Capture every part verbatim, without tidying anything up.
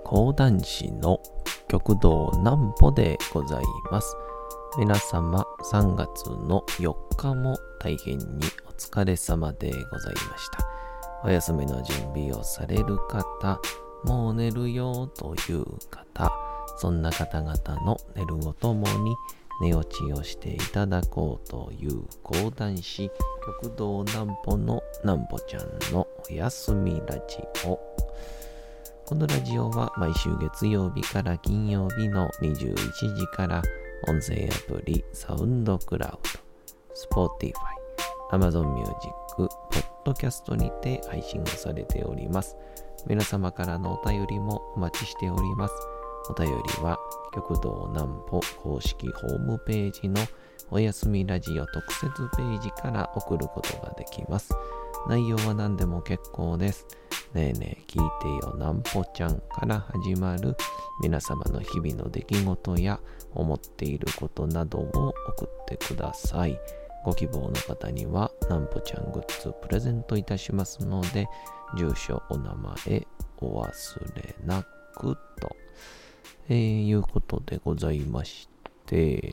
講談師の極道南歩でございます。皆様さんがつのよっかも大変にお疲れ様でございました。お休みの準備をされる方、もう寝るよという方、そんな方々の寝るをともに寝落ちをしていただこうという講談師極道南歩の南歩ちゃんのおやすみラジオ。このラジオは毎週月曜日から金曜日のにじゅういちじから音声アプリサウンドクラウド、Spotify、Amazon Music、ポッドキャストにて配信をされております。皆様からのお便りもお待ちしております。お便りは極道南歩公式ホームページのおやすみラジオ特設ページから送ることができます。内容は何でも結構です。ねえねえ聞いてよ南歩ちゃんから始まる皆様の日々の出来事や思っていることなどを送ってください。ご希望の方には南歩ちゃんグッズプレゼントいたしますので、住所お名前お忘れなくと、えー、いうことでございまして、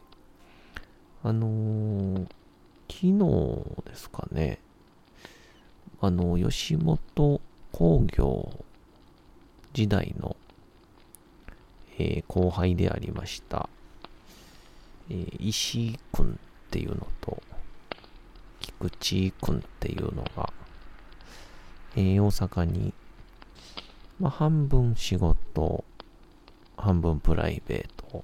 あのー、昨日ですかね、あの吉本興業時代の、えー、後輩でありました、えー、石井くんっていうのと菊池くんっていうのが、えー、大阪に、まあ、半分仕事半分プライベート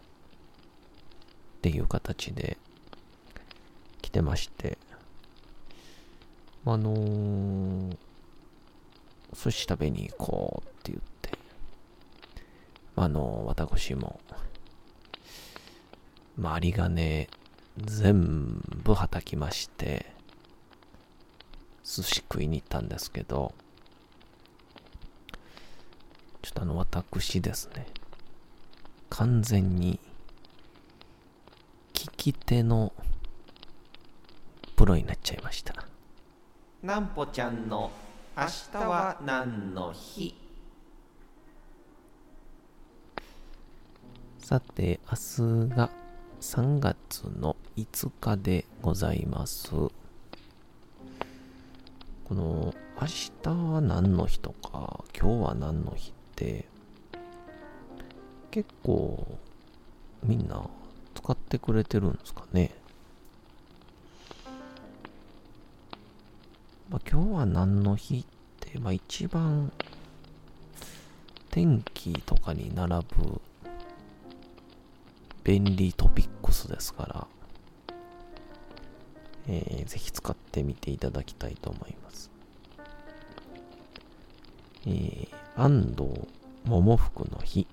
っていう形で来てまして、あのー寿司食べに行こうって言って、あのー、私もまあ有り金全部はたきまして寿司食いに行ったんですけど、ちょっとあの私ですね、完全に利き手のプロになっちゃいました。南歩ちゃんの明日は何の日。さて明日がさんがつのいつかでございます。この明日は何の日とか今日は何の日って結構みんな使ってくれてるんですかね。まあ、今日は何の日って、まあ、一番天気とかに並ぶ便利トピックスですから、えー、ぜひ使ってみていただきたいと思います。えー、安藤桃福の日。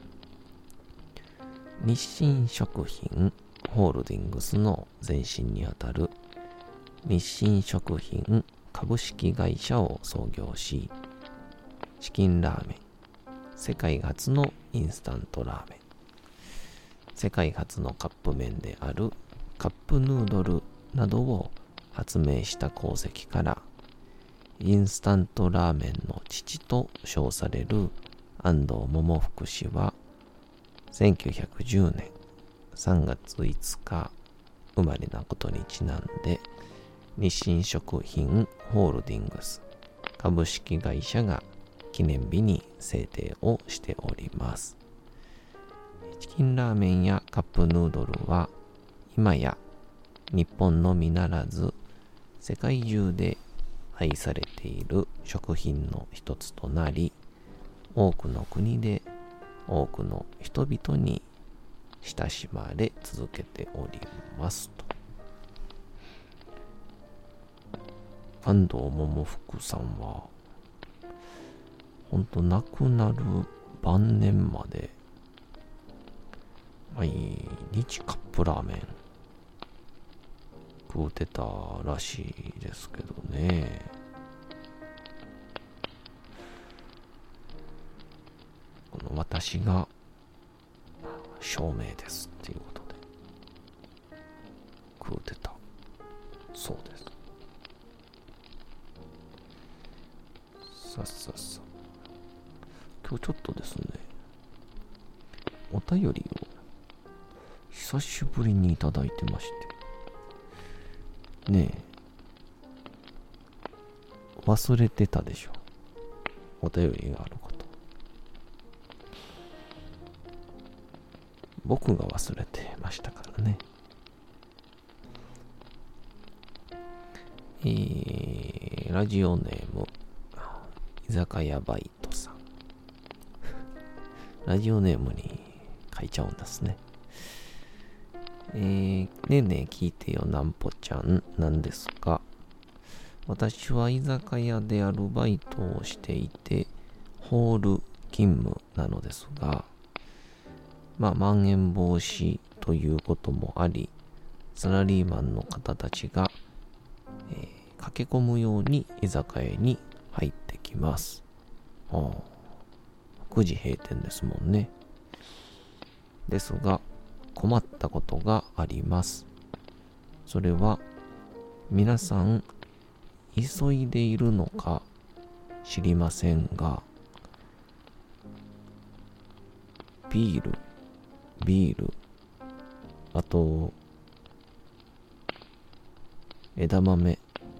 日清食品ホールディングスの前身にあたる日清食品株式会社を創業し、チキンラーメン、世界初のインスタントラーメン、世界初のカップ麺であるカップヌードルなどを発明した功績から、インスタントラーメンの父と称される安藤桃福氏は、せんきゅうひゃくじゅうねんさんがついつか生まれなことにちなんで、日清食品ホールディングス株式会社が記念日に制定をしております。チキンラーメンやカップヌードルは今や日本のみならず世界中で愛されている食品の一つとなり、多くの国で多くの人々に親しまれ続けておりますと。安藤桃福さんはほんと亡くなる晩年まで毎日カップラーメン食うてたらしいですけどね。この私が証明ですっていうことで食うてたそうです。さっさっさ今日ちょっとですね、お便りを久しぶりにいただいてまして、ねえ、忘れてたでしょ。お便りがあること。僕が忘れてましたからね。えー、ラジオネーム、居酒屋バイトさん。ラジオネームに書いちゃうんですね。えー、ねえねえ聞いてよなんぽちゃんなんですが、私は居酒屋でアルバイトをしていて、ホール勤務なのですが、まあ、まん延防止ということもあり、サラリーマンの方たちが、えー、駆け込むように居酒屋に入ってきます。はあ、くじ閉店ですもんね。ですが、困ったことがあります。それは、皆さん、急いでいるのか知りませんが、ビール、ビール、あと、枝豆、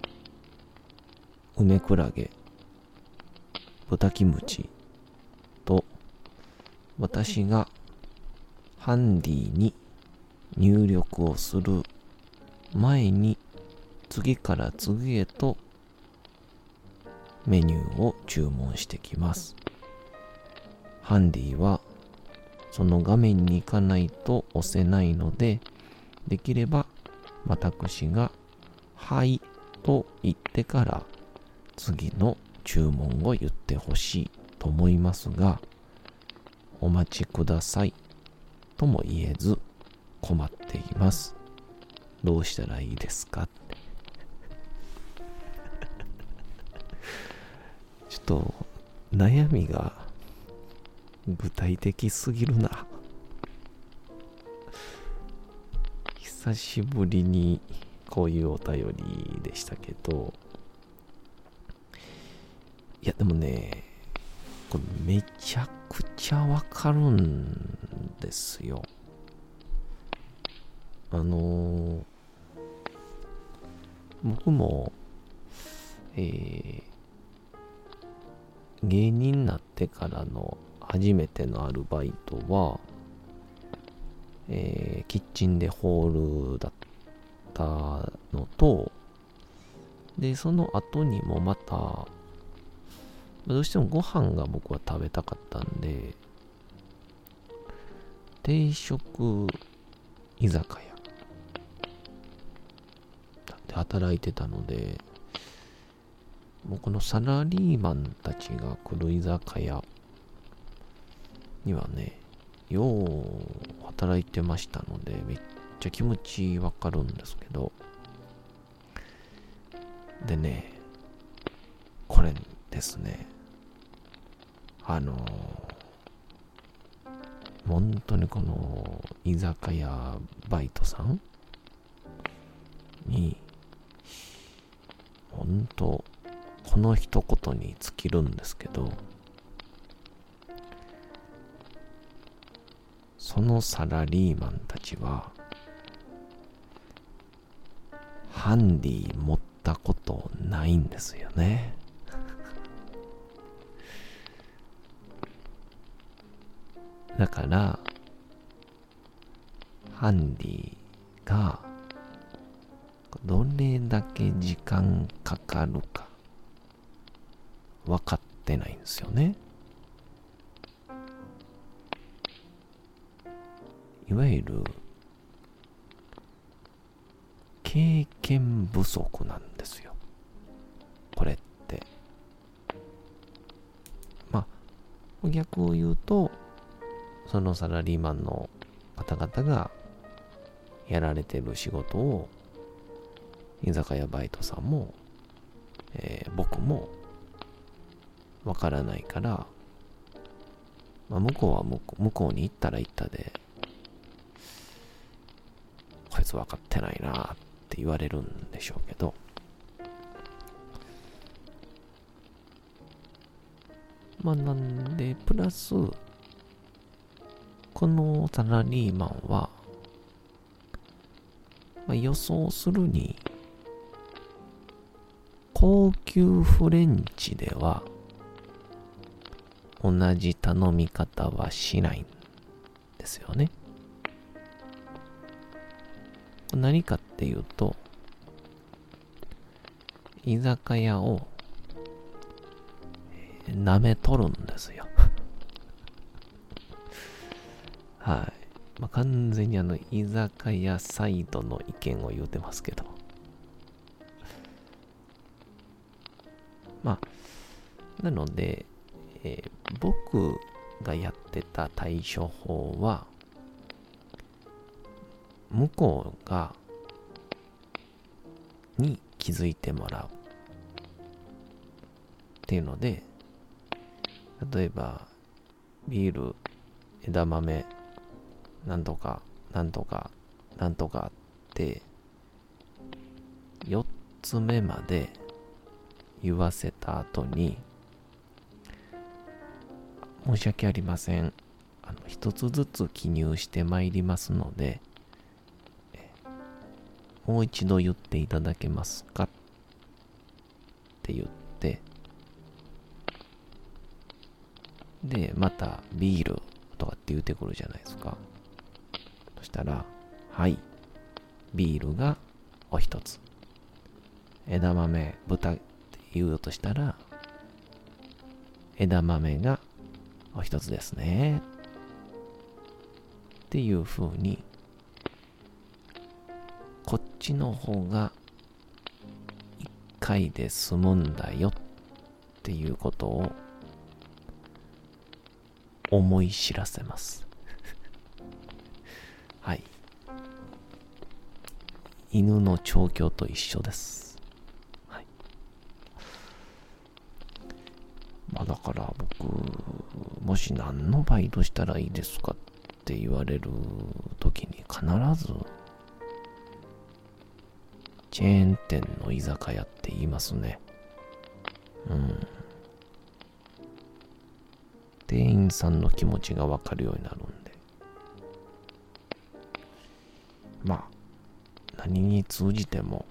梅クラゲ、豚キムチと、私がハンディに入力をする前に、次から次へとメニューを注文してきます。ハンディはその画面に行かないと押せないので、できれば私がはいと言ってから次の注文を言ってほしいと思いますが、お待ちくださいとも言えず困っています。どうしたらいいですかって。ちょっと悩みが具体的すぎるな。久しぶりにこういうお便りでしたけど、いやでもね、これめちゃくちゃわかるんですよ。あのー、僕も、えー、芸人になってからの初めてのアルバイトは、えー、キッチンでホールだったのと、で、その後にもまた、どうしてもご飯が僕は食べたかったんで、定食居酒屋で働いてたので、もうこのサラリーマンたちが来る居酒屋にはね、よう働いてましたので、めっちゃ気持ちわかるんですけど、でね、これですね、あのー、本当にこの居酒屋バイトさんに、本当この一言に尽きるんですけど、そのサラリーマンたちはハンディ持ったことないんですよね。だからハンディがどれだけ時間かかるか分かってないんですよね。いわゆる経験不足なんですよ、これって。まあ逆を言うと、そのサラリーマンの方々がやられてる仕事を居酒屋バイトさんも、えー、僕もわからないから、まあ、向こうは向こう、向こうに行ったら行ったで、こいつ分かってないなって言われるんでしょうけど、 まあなんで、プラス、このサラリーマンは、まあ、予想するに、高級フレンチでは、同じ頼み方はしないんですよね。何かっていうと、居酒屋を舐めとるんですよ。はい。まあ、完全にあの、居酒屋サイドの意見を言うてますけど。まあ、なので、えー、僕がやってた対処法は、向こうが、に気づいてもらう。っていうので、例えば、ビール、枝豆、なんとか、なんとか、なんとかって、よっつめまで言わせた後に、申し訳ありません。あの、一つずつ記入してまいりますので、もう一度言っていただけますかって言って、で、またビールとかって言ってくるじゃないですか。そしたら、はい、ビールがお一つ。枝豆、豚って言うとしたら、枝豆がお一つですね。っていう風に、こっちの方が一回で済むんだよっていうことを思い知らせます。はい。犬の調教と一緒です。はい。まあだから僕、もし何のバイトしたらいいですかって言われる時に必ずチェーン店の居酒屋って言いますね。うん。店員さんの気持ちがわかるようになるんで。まあ、何に通じても、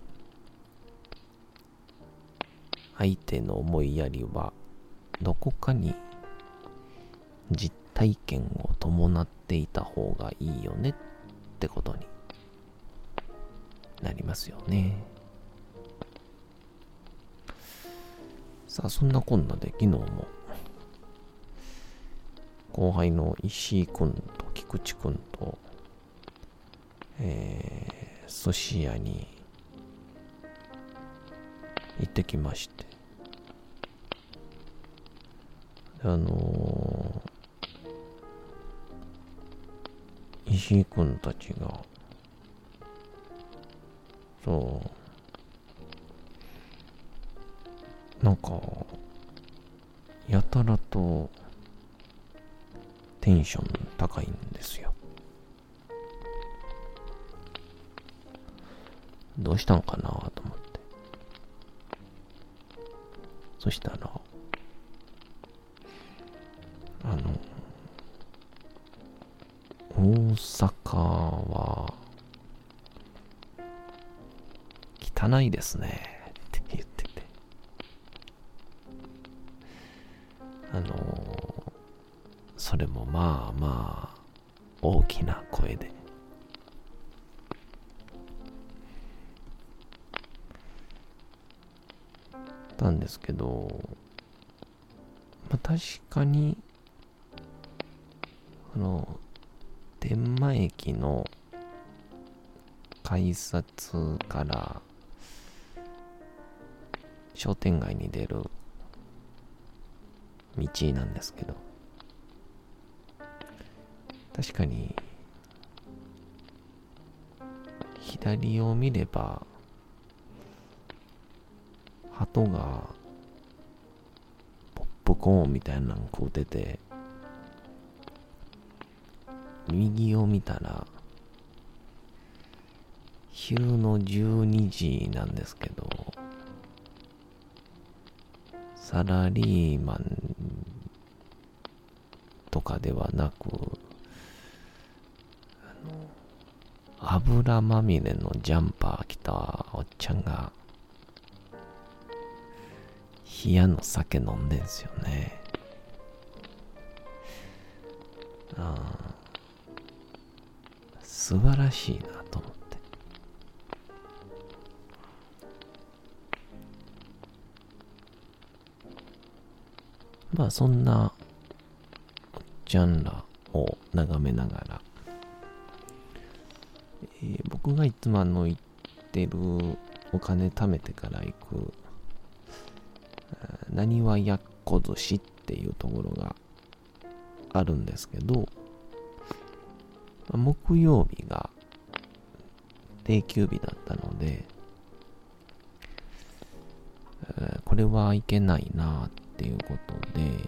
相手の思いやりは、どこかに実体験を伴っていた方がいいよねってことになりますよね。さあ、そんなこんなで昨日も後輩の石井くんと菊池くんと、えー、寿司屋に行ってきまして、あのー、石井くんたちがそうなんかやたらとテンション高いんですよ。どうしたんかなと思って。そしたらあの大阪は汚いですねって言ってて、あのそれもまあまあ大きな声でたんですけど、まあ、確かにあの天満駅の改札から商店街に出る道なんですけど、確かに左を見れば鳩がポップコーンみたいなの食うてて、右を見たら昼のじゅうにじなんですけど、サラリーマンかではなく、あの油まみれのジャンパー着たおっちゃんが冷やの酒飲んでんすよね。ああ、素晴らしいなと思って。まあそんなおっちゃんらを眺めながら、えー僕がいつもあの行ってるお金貯めてから行くなにわやっこ寿司っていうところがあるんですけど、木曜日が定休日だったので、えーこれはいけないなっていうことで、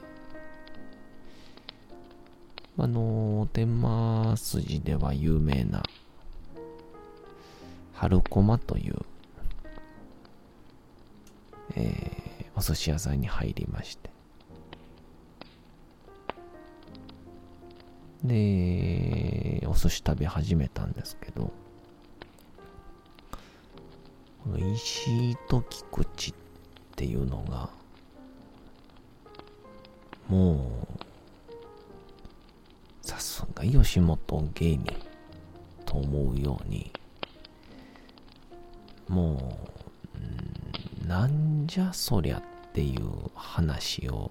あのー、天満筋では有名な春駒という、えー、お寿司屋さんに入りまして、で、お寿司食べ始めたんですけど、この石井と菊池っていうのが、もう、さすが吉本芸人と思うように、もう、なんじゃそりゃっていう話を、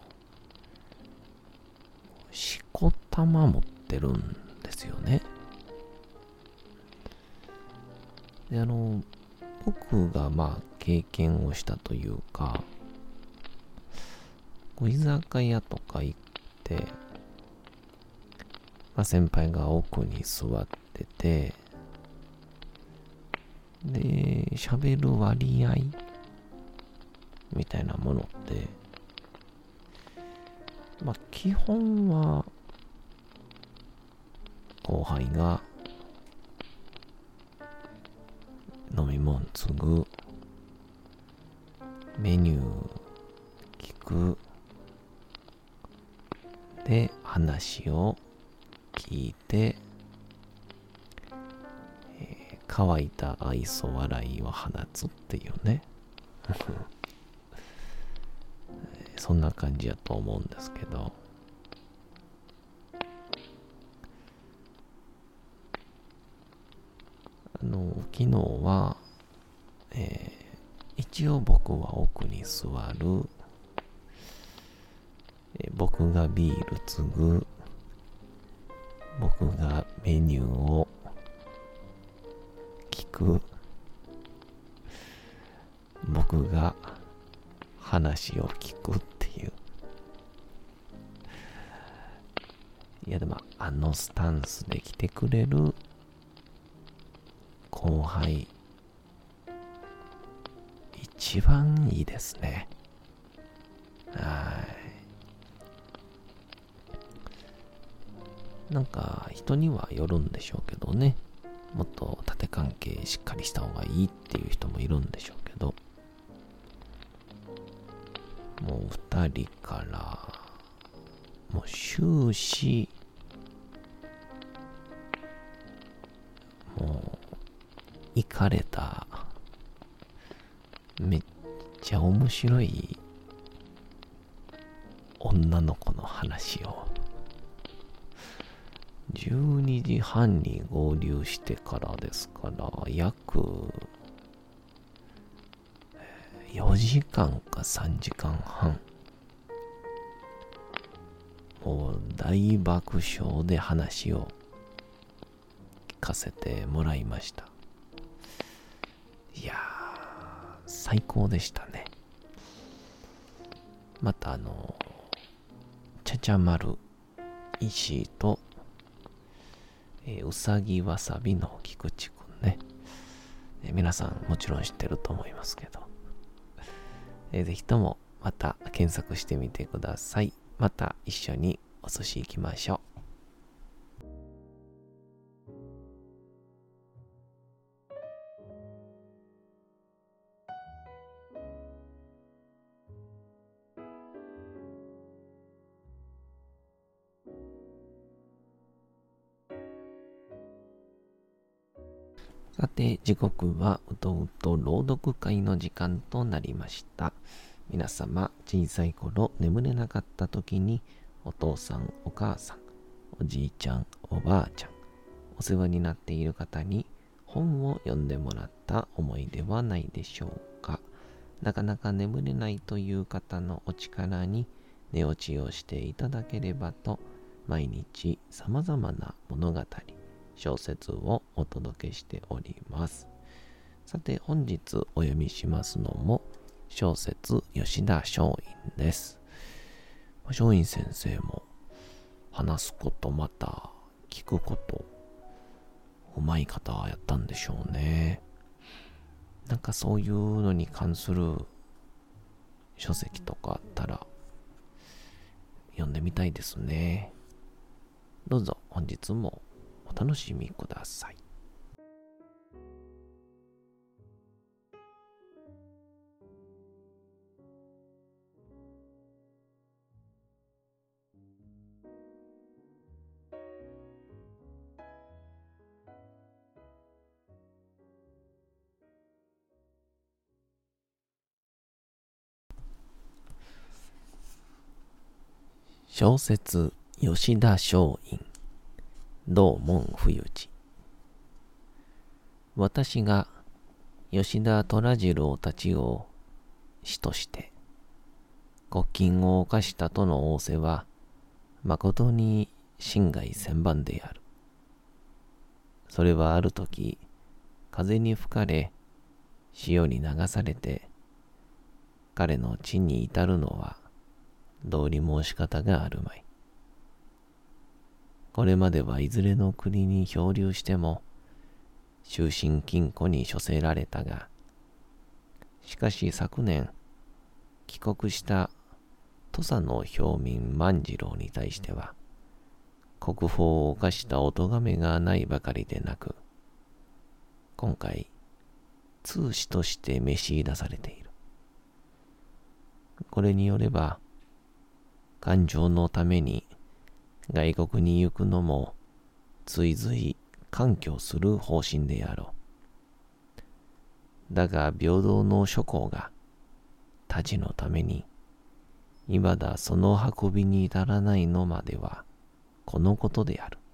しこたま持ってるんですよね。で、あの、僕がまあ経験をしたというか、居酒屋とか行って、まあ、先輩が奥に座ってて、で、喋る割合みたいなものって、まあ、基本は、後輩が、飲み物継ぐ、メニュー聞く、で、話を聞いて、えー乾いた愛想笑いを放つっていうね。そんな感じやと思うんですけど、あの昨日は、えー一応僕は奥に座る、えー僕がビール継ぐ、僕がメニューを聞く、僕が話を聞くっていう。いやでもあのスタンスで来てくれる後輩、一番いいですね。はい。なんか人にはよるんでしょうけどね。もっと縦関係しっかりした方がいいっていう人もいるんでしょうけど、もう二人からもう終始もうイかれためっちゃ面白い女の子の話をじゅうにじはんに合流してからですから約よじかんかさんじかんはん、もう大爆笑で話を聞かせてもらいました。いやー最高でしたね。またあのちゃちゃ丸石井と、えー、うさぎわさびの菊池くんね、えー、皆さんもちろん知ってると思いますけど、えー、ぜひともまた検索してみてください。また一緒にお寿司行きましょう。 さて、時刻はうとうと朗読会の時間となりました。皆様、小さい頃眠れなかった時に、お父さん、お母さん、おじいちゃん、おばあちゃん、お世話になっている方に本を読んでもらった思いではないでしょうか。なかなか眠れないという方のお力に寝落ちをしていただければと、毎日様々な物語、小説をお届けしております。さて、本日お読みしますのも小説吉田松陰です。松陰先生も話すことまた聞くことうまい方やったんでしょうね。なんかそういうのに関する書籍とかあったら読んでみたいですね。どうぞ本日もお楽しみください。小説吉田松陰道門冬治。私が吉田虎次郎たちを師として国禁を犯したとの仰せは誠に心外千万である。それはあるとき風に吹かれ潮に流されて彼の地に至るのは道理申し方があるまい。これまではいずれの国に漂流しても終身禁錮に処せられたが、しかし昨年帰国した土佐の表民万次郎に対しては国法を犯したお咎めがないばかりでなく、今回通使として召し出されている。これによれば勘定のために外国に行くのも追随環境する方針であろう。だが平等の諸侯が他地のために未だその運びに至らないのまではこのことである。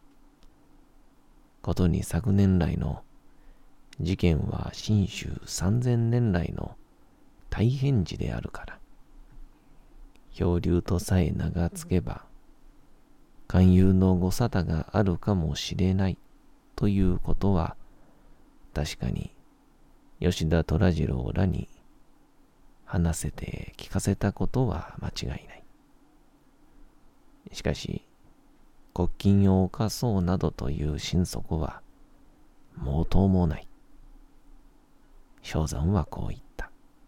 ことに昨年来の事件は信州三千年来の大変時であるから、漂流とさえ名がつけば勧誘のご沙汰があるかもしれないということは確かに吉田虎次郎らに話せて聞かせたことは間違いない。しかし国禁を犯そうなどという心底は毛頭もない。正山はこう言った。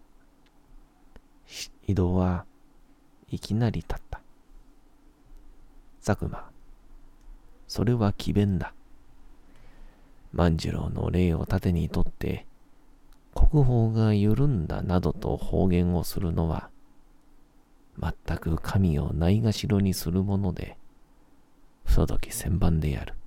井戸はいきなり立った。佐久間、それは詭弁だ。万次郎の霊を盾にとって国法が緩んだなどと方言をするのは全く神をないがしろにするもので不届き千万である。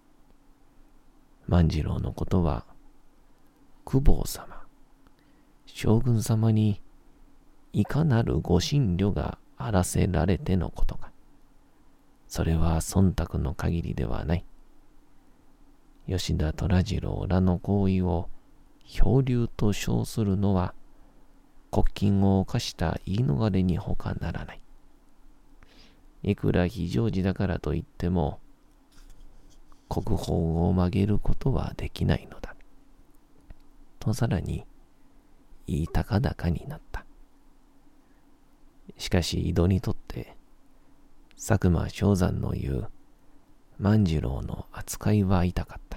万次郎のことは公方様、将軍様にいかなるご神慮があらせられてのことか。それは忖度の限りではない。吉田虎次郎らの行為を漂流と称するのは国禁を犯した言い逃れに他ならない。いくら非常時だからといっても国法を曲げることはできないのだ。とさらに言い高々になった。しかし井戸にとって佐久間象山の言う万次郎の扱いは痛かった。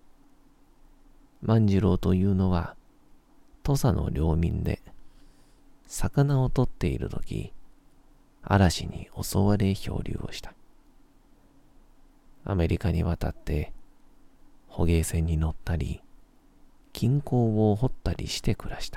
万次郎というのは土佐の領民で魚を取っているとき嵐に襲われ漂流をした。アメリカに渡って捕鯨船に乗ったり金鉱を掘ったりして暮らした。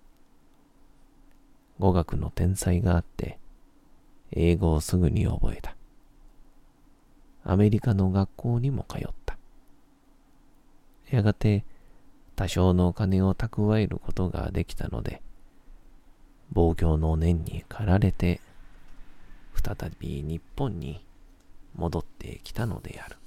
語学の天才があって英語をすぐに覚えた。アメリカの学校にも通った。 やがて多少のお金を蓄えることができたので、望郷の念に駆られて、再び日本に戻ってきたのである。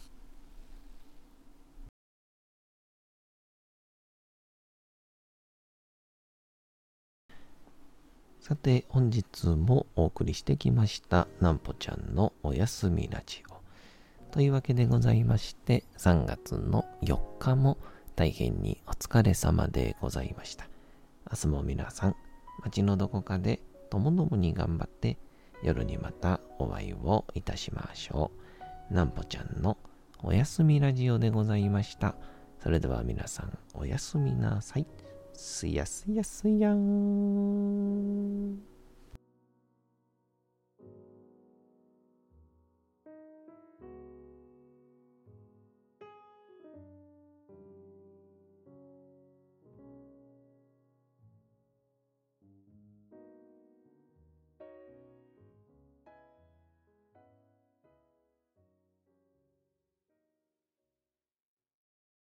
さて、本日もお送りしてきましたなんぽちゃんのおやすみラジオというわけでございまして、さんがつのよっかも大変にお疲れ様でございました。明日も皆さん、街のどこかでともどもに頑張って夜にまたお会いをいたしましょう。なんぽちゃんのおやすみラジオでございました。それでは皆さんおやすみなさい。すやすやすやーん。